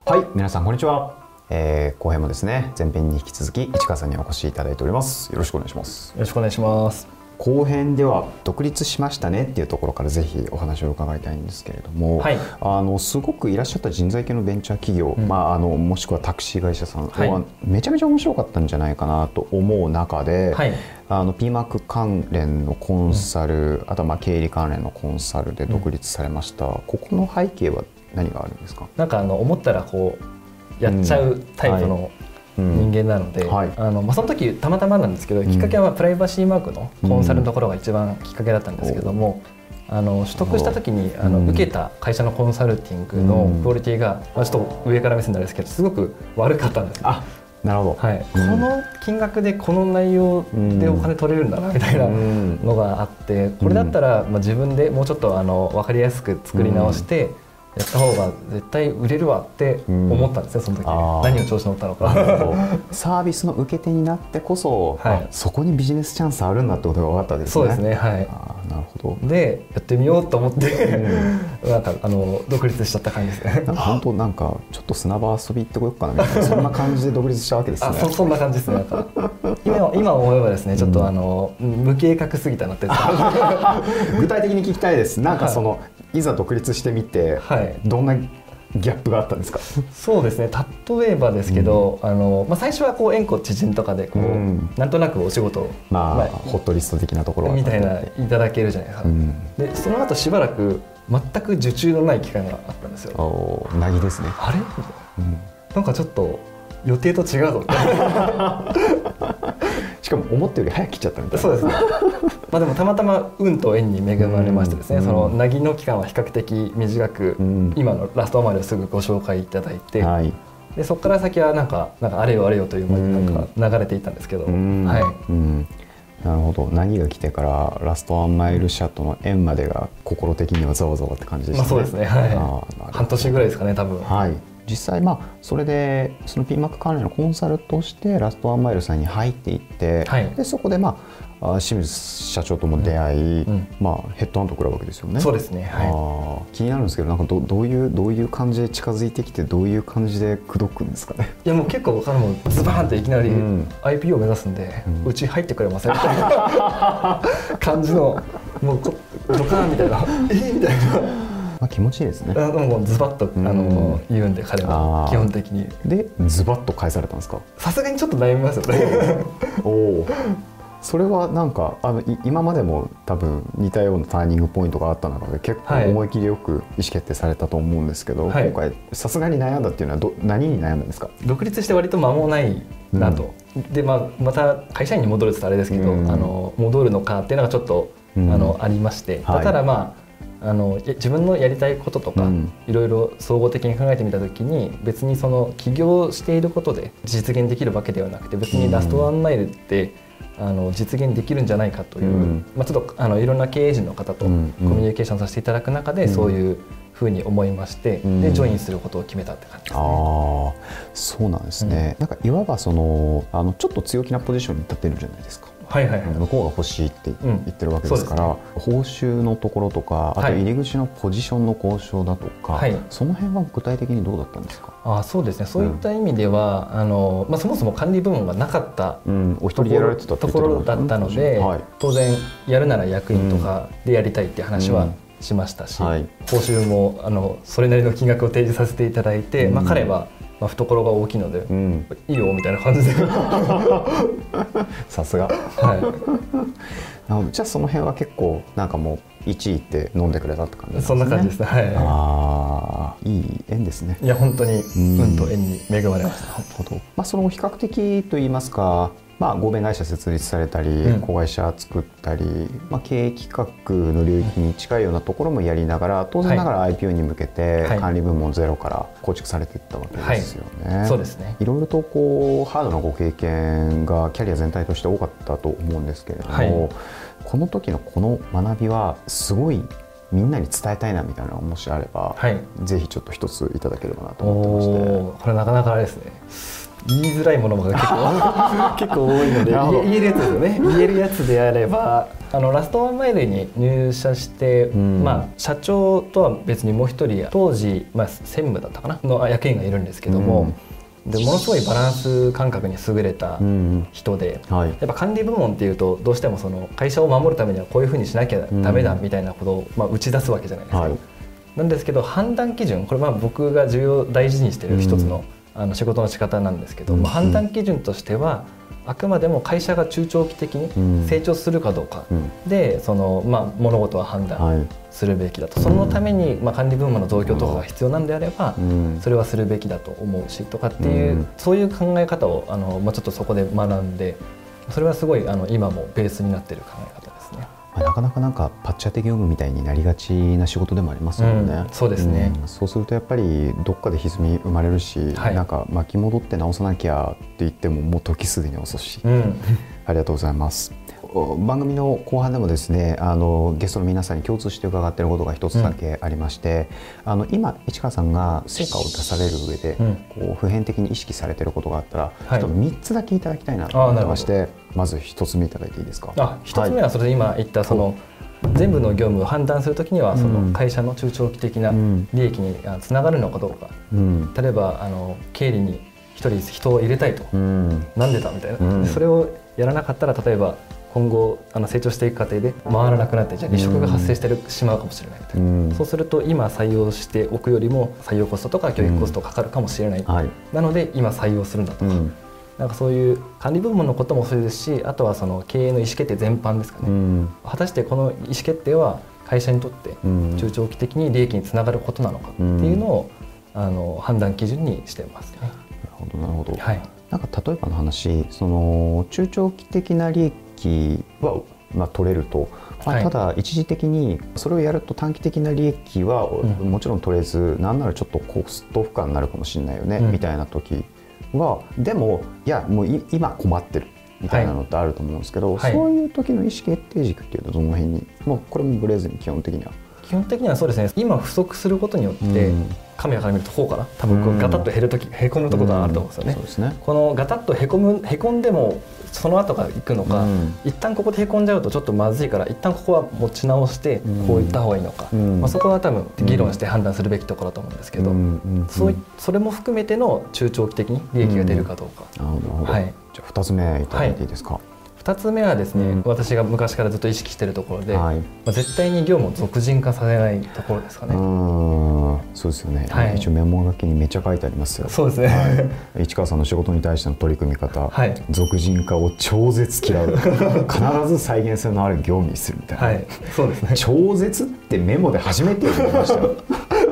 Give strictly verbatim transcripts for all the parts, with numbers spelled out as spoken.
はい、皆さんこんにちは。えー、後編もですね、前編に引き続き市川さんにお越しいただいております。よろしくお願いします。 よろしくお願いします。 後編では独立しましたねっていうところからぜひお話を伺いたいんですけれども、はい、あのすごくいらっしゃった人材系のベンチャー企業、うん、まあ、あのもしくはタクシー会社さんは、はい、めちゃめちゃ面白かったんじゃないかなと思う中で、はい、あの ピーマーク 関連のコンサル、うん、あとはまあ経理関連のコンサルで独立されました、うん、ここの背景は何があるんですか？ なんかあの思ったらこうやっちゃうタイプの、うん、人間なので、うんはい、あのまあ、その時たまたまなんですけど、うん、きっかけはプライバシーマークのコンサルのところが一番きっかけだったんですけども、うん、あの取得した時にあの、うん、受けた会社のコンサルティングのクオリティが、まあ、ちょっと上から目線なんですけどすごく悪かったんですよ。 あ、なるほど、 はい、この金額でこの内容でお金取れるんだなみたいなのがあって、これだったらまあ自分でもうちょっとあの分かりやすく作り直してやった方が絶対売れるわって思ったんですよ、その時。何を調子乗ったのかサービスの受け手になってこそ、はい、そこにビジネスチャンスあるんだってことが分かったんですね。 そうですね、はい。 あ、なるほど。 でやってみようと思ってうん、なんかあの独立しちゃった感じですね。 なんか本当なんかちょっと砂場遊び行ってこようかなみたいなそんな感じで独立したわけですね。 あ、そ, そんな感じですね。なんか今, 今思えばですね、ちょっとあの、うん、無計画すぎたなって具体的に聞きたいです。なんかその、はい、いざ独立してみて、はい、どんなギャップがあったんですか？ そうですね、例えばですけど、うん、あのまあ、最初はこう縁故知人とかでこう、うん、なんとなくお仕事を、 まあまあ、ホットリスト的なところはみたいないただけるじゃないですか、うん、でその後しばらく全く受注のない期間があったんですよ。 おー、なぎですね。 あれ、うん、なんかちょっと予定と違うぞみたいなしかも思ったより早く来ちゃったみたいな。 そうですねまあでもたまたま運と縁に恵まれましてですね、うん、そのなぎの期間は比較的短く、うん、今のラストマイルをすぐご紹介いただいて、はい、でそこから先はなんかなんかあれよあれよという間になんか流れていったんですけど、うん、はい、うん、 なるほど。なぎが来てからラストワンマイル車との縁までが心的にはざわざわって感じでしたね。 まあ、そうですね、はい、あ、半年ぐらいですかね多分。 はい、実際まあそれでその ピーマーク 関連のコンサルとしてラストワンマイルさんに入っていって、はい、でそこでまあ清水社長とも出会い、うんうん、まあ、ヘッドハンド食らうわけですよね。 そうですね、はい、 あ、気になるんですけど、なんか ど, どういうどういう感じで近づいてきてどういう感じで口説くんですかね。 いやもう結構彼もズバーンっていきなり アイピーオー を目指すんで、うん、うち入ってくれませんみたいな感じのもうドカーンみたいなえー、みたいな。 まあ、気持ちいいですね。 もうズバッと、うん、あの言うんで彼は基本的に。 でズバッと返されたんですか？ さすがにちょっと悩みますよねおお、それはなんかあの今までも多分似たようなターニングポイントがあった中で結構思い切りよく意思決定されたと思うんですけど、はい、今回さすがに悩んだっていうのはど何に悩んだんですか？ 独立して割と間もないなと、うん、で、まあ、また会社員に戻るって言ったらあれですけど、うん、あの戻るのかっていうのがちょっと、うん、あのありまして、はい、ただまああの自分のやりたいこととか、うん、いろいろ総合的に考えてみたときに別にその起業していることで実現できるわけではなくて、別にラストワンマイルってあの実現できるんじゃないかという、うん、まあ、ちょっとあのいろんな経営陣の方とコミュニケーションさせていただく中で、うん、そういうふうに思いまして、うん、でジョインすることを決めたって感じですね。あ、 そうなんですね、うん、なんかいわばそのあのちょっと強気なポジションに立ってるじゃないですか。 はいはいはい、 向こうが欲しいって言ってるわけですから、うん、そうですね、報酬のところとか、あと入り口のポジションの交渉だとか、はい、その辺は具体的にどうだったんですか？ あ、そうですね、そういった意味では、うん、あのまあ、そもそも管理部門がなかった、うん、お一人でやられてたところだったので、はい、当然やるなら役員とかでやりたいっていう話はしましたし、うん、はい、報酬もあのそれなりの金額を提示させていただいて、うん、まあ、彼はまあ懐が大きいので、うん、いいよみたいな感じでさすが、はい、じゃあその辺は結構なんかもういちいって飲んでくれたって感じですね。 そんな感じですね、はい、 あ、いい縁ですね。 いや本当に運と縁に恵まれました。 なるほど、まあ、その比較的といいますか、まあ、合弁会社設立されたり、うん、子会社作ったり、まあ、経営企画の領域に近いようなところもやりながら、当然ながら アイピーオー に向けて管理部門ゼロから構築されていったわけですよね。はい、 そうですね。 いろいろとこうハードなご経験がキャリア全体として多かったと思うんですけれども、はい、この時のこの学びはすごいみんなに伝えたいなみたいなのがもしあれば、はい、ぜひちょっと一ついただければなと思ってまして。 お、これなかなかあれですね。 言いづらいものが結構結構多いので言えるやつですよね。言えるやつであればあのラストワンマイルに入社して、うん、まあ、社長とは別にもう一人当時、まあ、専務だったかなの役員がいるんですけども、うん、でものすごいバランス感覚に優れた人で、うん、はい、やっぱ管理部門っていうとどうしてもその会社を守るためにはこういうふうにしなきゃダメだみたいなことを、まあ、打ち出すわけじゃないですか、はい、なんですけど判断基準、これは僕が重要大事にしている一つの、うん、あの仕事の仕方なんですけど、うん、判断基準としてはあくまでも会社が中長期的に成長するかどうかで、うん、そのまあ、物事は判断するべきだと、はい、そのために、まあ、管理部門の増強とかが必要なんであれば、うん、それはするべきだと思うしとかっていう、うん、そういう考え方をあの、まあ、ちょっとそこで学んで、それはすごいあの今もベースになっている考え方ですね。 なかなかなんかパッチャー的業務みたいになりがちな仕事でもありますよね、 うん、そうですね、 うん、そうするとやっぱりどっかで歪み生まれるし、はい、なんか巻き戻って直さなきゃって言ってももう時すでに遅し、うん、ありがとうございます。番組の後半でもですね、あのゲストの皆さんに共通して伺っていることが一つだけありまして、うん、あの今市川さんが成果を出される上で、うん、こう普遍的に意識されていることがあったら、はい、ちょっとみっつだけいただきたいなと思ってまして、まずひとつめいただいていいですか。 あ、ひとつめはそれで今言ったその、はい、全部の業務を判断するときにはその会社の中長期的な利益につながるのかどうか、うん、例えばあの経理に一人人を入れたいと、うん、なんでだみたいな、うん、それをやらなかったら例えば今後あの成長していく過程で回らなくなってじゃあ離職が発生してしまうかもしれないみたいな、うん、そうすると今採用しておくよりも採用コストとか教育コストかかるかもしれない、うん、はい、なので今採用するんだとか、うん、なんかそういう管理部門のこともそうですし、あとはその経営の意思決定全般ですかね、うん、果たしてこの意思決定は会社にとって中長期的に利益につながることなのかっていうのを、うん、あの判断基準にしてますね。 なるほどなるほど、はい、なんか例えばの話、その中長期的な利益は、まあ、取れると、まあ、ただ一時的にそれをやると短期的な利益はもちろん取れず、うん、なんならちょっとコスト負荷になるかもしれないよね、うん、みたいな時はでもいやもう今困ってるみたいなのってあると思うんですけど、はい、そういう時の意思決定軸っていうとどの辺に、もうこれもブレずに基本的には基本的にはそうですね、今不足することによって、うん、カメラから見るとこうかな、多分こうガタッと減るとき、へこむところがあると思うんですよね。うん、そうですね。このガタッとへこむへこんでもその後が行くのか、うん、一旦ここでへこんじゃうとちょっとまずいから一旦ここは持ち直してこういった方がいいのか、うん、まあ、そこは多分議論して判断するべきところだと思うんですけど、うん、そういそれも含めての中長期的に利益が出るかどうか。 なるほど、はい、じゃあふたつめいただいていいですか。はい、 ふたつめはですね、うん、私が昔からずっと意識しているところで、はい、まあ、絶対に業務を俗人化させないところですかね。うん、 そうですよね、はい、一応メモ書きにめっちゃ書いてありますよ。 そうですね、 はい、市川さんの仕事に対しての取り組み方、はい、俗人化を超絶嫌う必ず再現性のある業務にするみたいな、はい、そうですね、超絶ってメモで初めて読みましたよ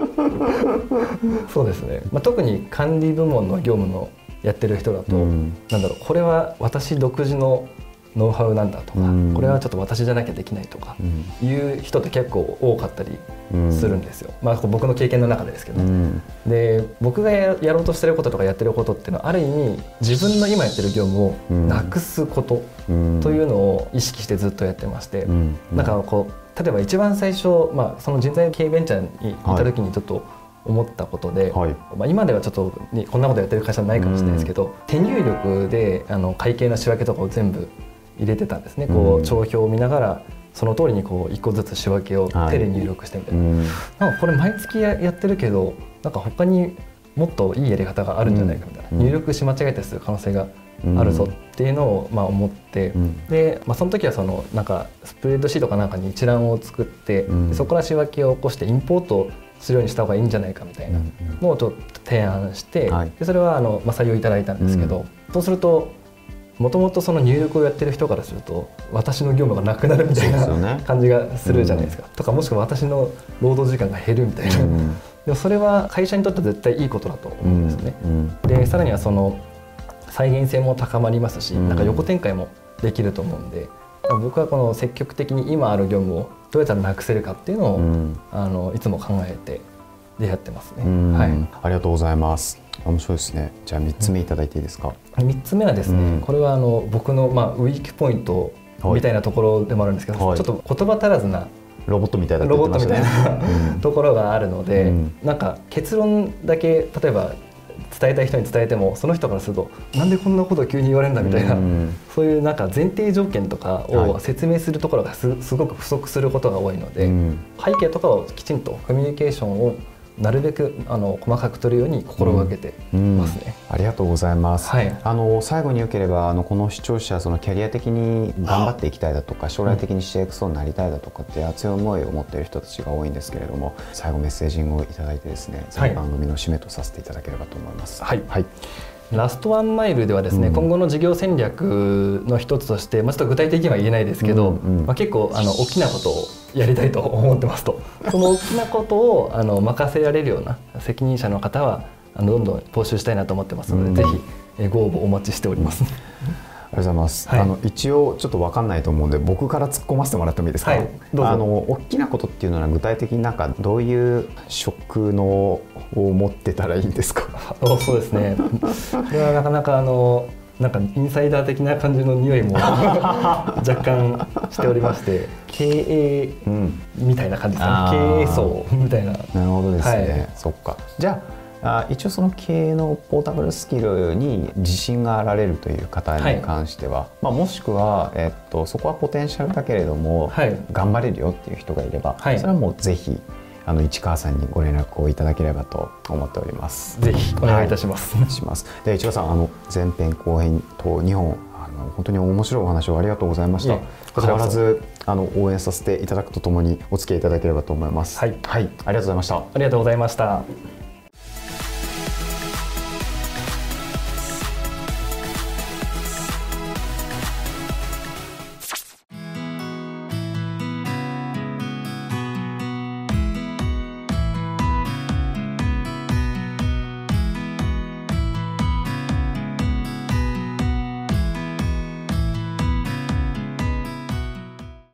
そうですね、まあ、特に管理部門の業務のやってる人だと、うん、なんだろう、これは私独自のノウハウなんだとか、うん、これはちょっと私じゃなきゃできないとか、うん、いう人って結構多かったりするんですよ、うん、まあ、僕の経験の中でですけど、うん、で僕が や, やろうとしてることとかやってることっていうのはある意味自分の今やってる業務をなくすことというのを意識してずっとやってまして、うん、なんかこう例えば一番最初、まあ、その人材系ベンチャーにいた時にちょっと思ったことで、はい、まあ、今ではちょっとこんなことやってる会社はないかもしれないですけど、手入力であの会計の仕分けとかを全部入れてたんですね。こう帳表を見ながらその通りにこう一個ずつ仕分けを手で入力してみたいな、はい、なんかこれ毎月 や, やってるけどなんか他にもっといいやり方があるんじゃないかみたいな、うん、入力し間違えたりする可能性があるぞっていうのをまあ思って、うん、で、まあ、その時はそのなんかスプレッドシートかなんかに一覧を作って、うん、そこから仕分けを起こしてインポートするようにした方がいいんじゃないかみたいなのをちょっと提案して、うんうん、でそれはあの、まあ、採用いただいたんですけど、うん、そうするともともとその入力をやってる人からすると私の業務がなくなるみたいな感じがするじゃないですか、うん、とかもしくは私の労働時間が減るみたいな、うん、でもそれは会社にとって絶対いいことだと思うんですね、うんうん、でさらにはその再現性も高まりますし、うん、なんか横展開もできると思うんで、僕はこの積極的に今ある業務をどうやったらなくせるかっていうのを、うん、あのいつも考えてでやってますね、 はい、ありがとうございます。面白いですね。じゃあみっつめいただいていいですか。 みっつめはですね、うん、これはあの僕のまあウィークポイントみたいなところでもあるんですけど、はい、ちょっと言葉足らずなロボットみたいなロボットみたいなところがあるので、うん、なんか結論だけ例えば伝えたい人に伝えてもその人からするとなんでこんなことを急に言われるんだみたいな、うん、そういうなんか前提条件とかを説明するところが す, すごく不足することが多いので、うん、背景とかをきちんとコミュニケーションをなるべくあの細かく取るように心がけてますね、 うんうん、ありがとうございます、はい、あの最後によければあのこの視聴者そのキャリア的に頑張っていきたいだとか将来的に シーエックスオー になりたいだとかって熱い思いを持っている人たちが多いんですけれども、最後メッセージングをいただいてですね、はい、番組の締めとさせていただければと思います。 はい、はいラストワンマイルではですね、うん、今後の事業戦略の一つとして、まあ、ちょっと具体的には言えないですけど、うんうんまあ、結構あの大きなことをやりたいと思ってますとその大きなことをあの任せられるような責任者の方はあのどんどん募集したいなと思ってますので、うん、ぜひご応募お待ちしております。 ありがとうございます、はい、あの一応ちょっと分かんないと思うんで僕から突っ込ませてもらってもいいですか。はい、どうぞ。あの大きなことっていうのは具体的になんかどういう職能を持ってたらいいんですか。 そうですねこれはなかなかあのなんかインサイダー的な感じの匂いも若干しておりまして経営みたいな感じですね、うん、経営層みたいな。 なるほどですね、はい、そっか。じゃああ一応その経営のポータブルスキルに自信があられるという方に関しては、はいまあ、もしくは、えっと、そこはポテンシャルだけれども、はい、頑張れるよっていう人がいれば、はい、それはもうぜひあの市川さんにご連絡をいただければと思っております。 ぜひお願いいたします。 はい、します。で市川さんあの前編後編とにほんあの本当に面白いお話をありがとうございました。変わらずあの応援させていただくとともにお付き合いいただければと思います。はい、はい、ありがとうございました。ありがとうございました。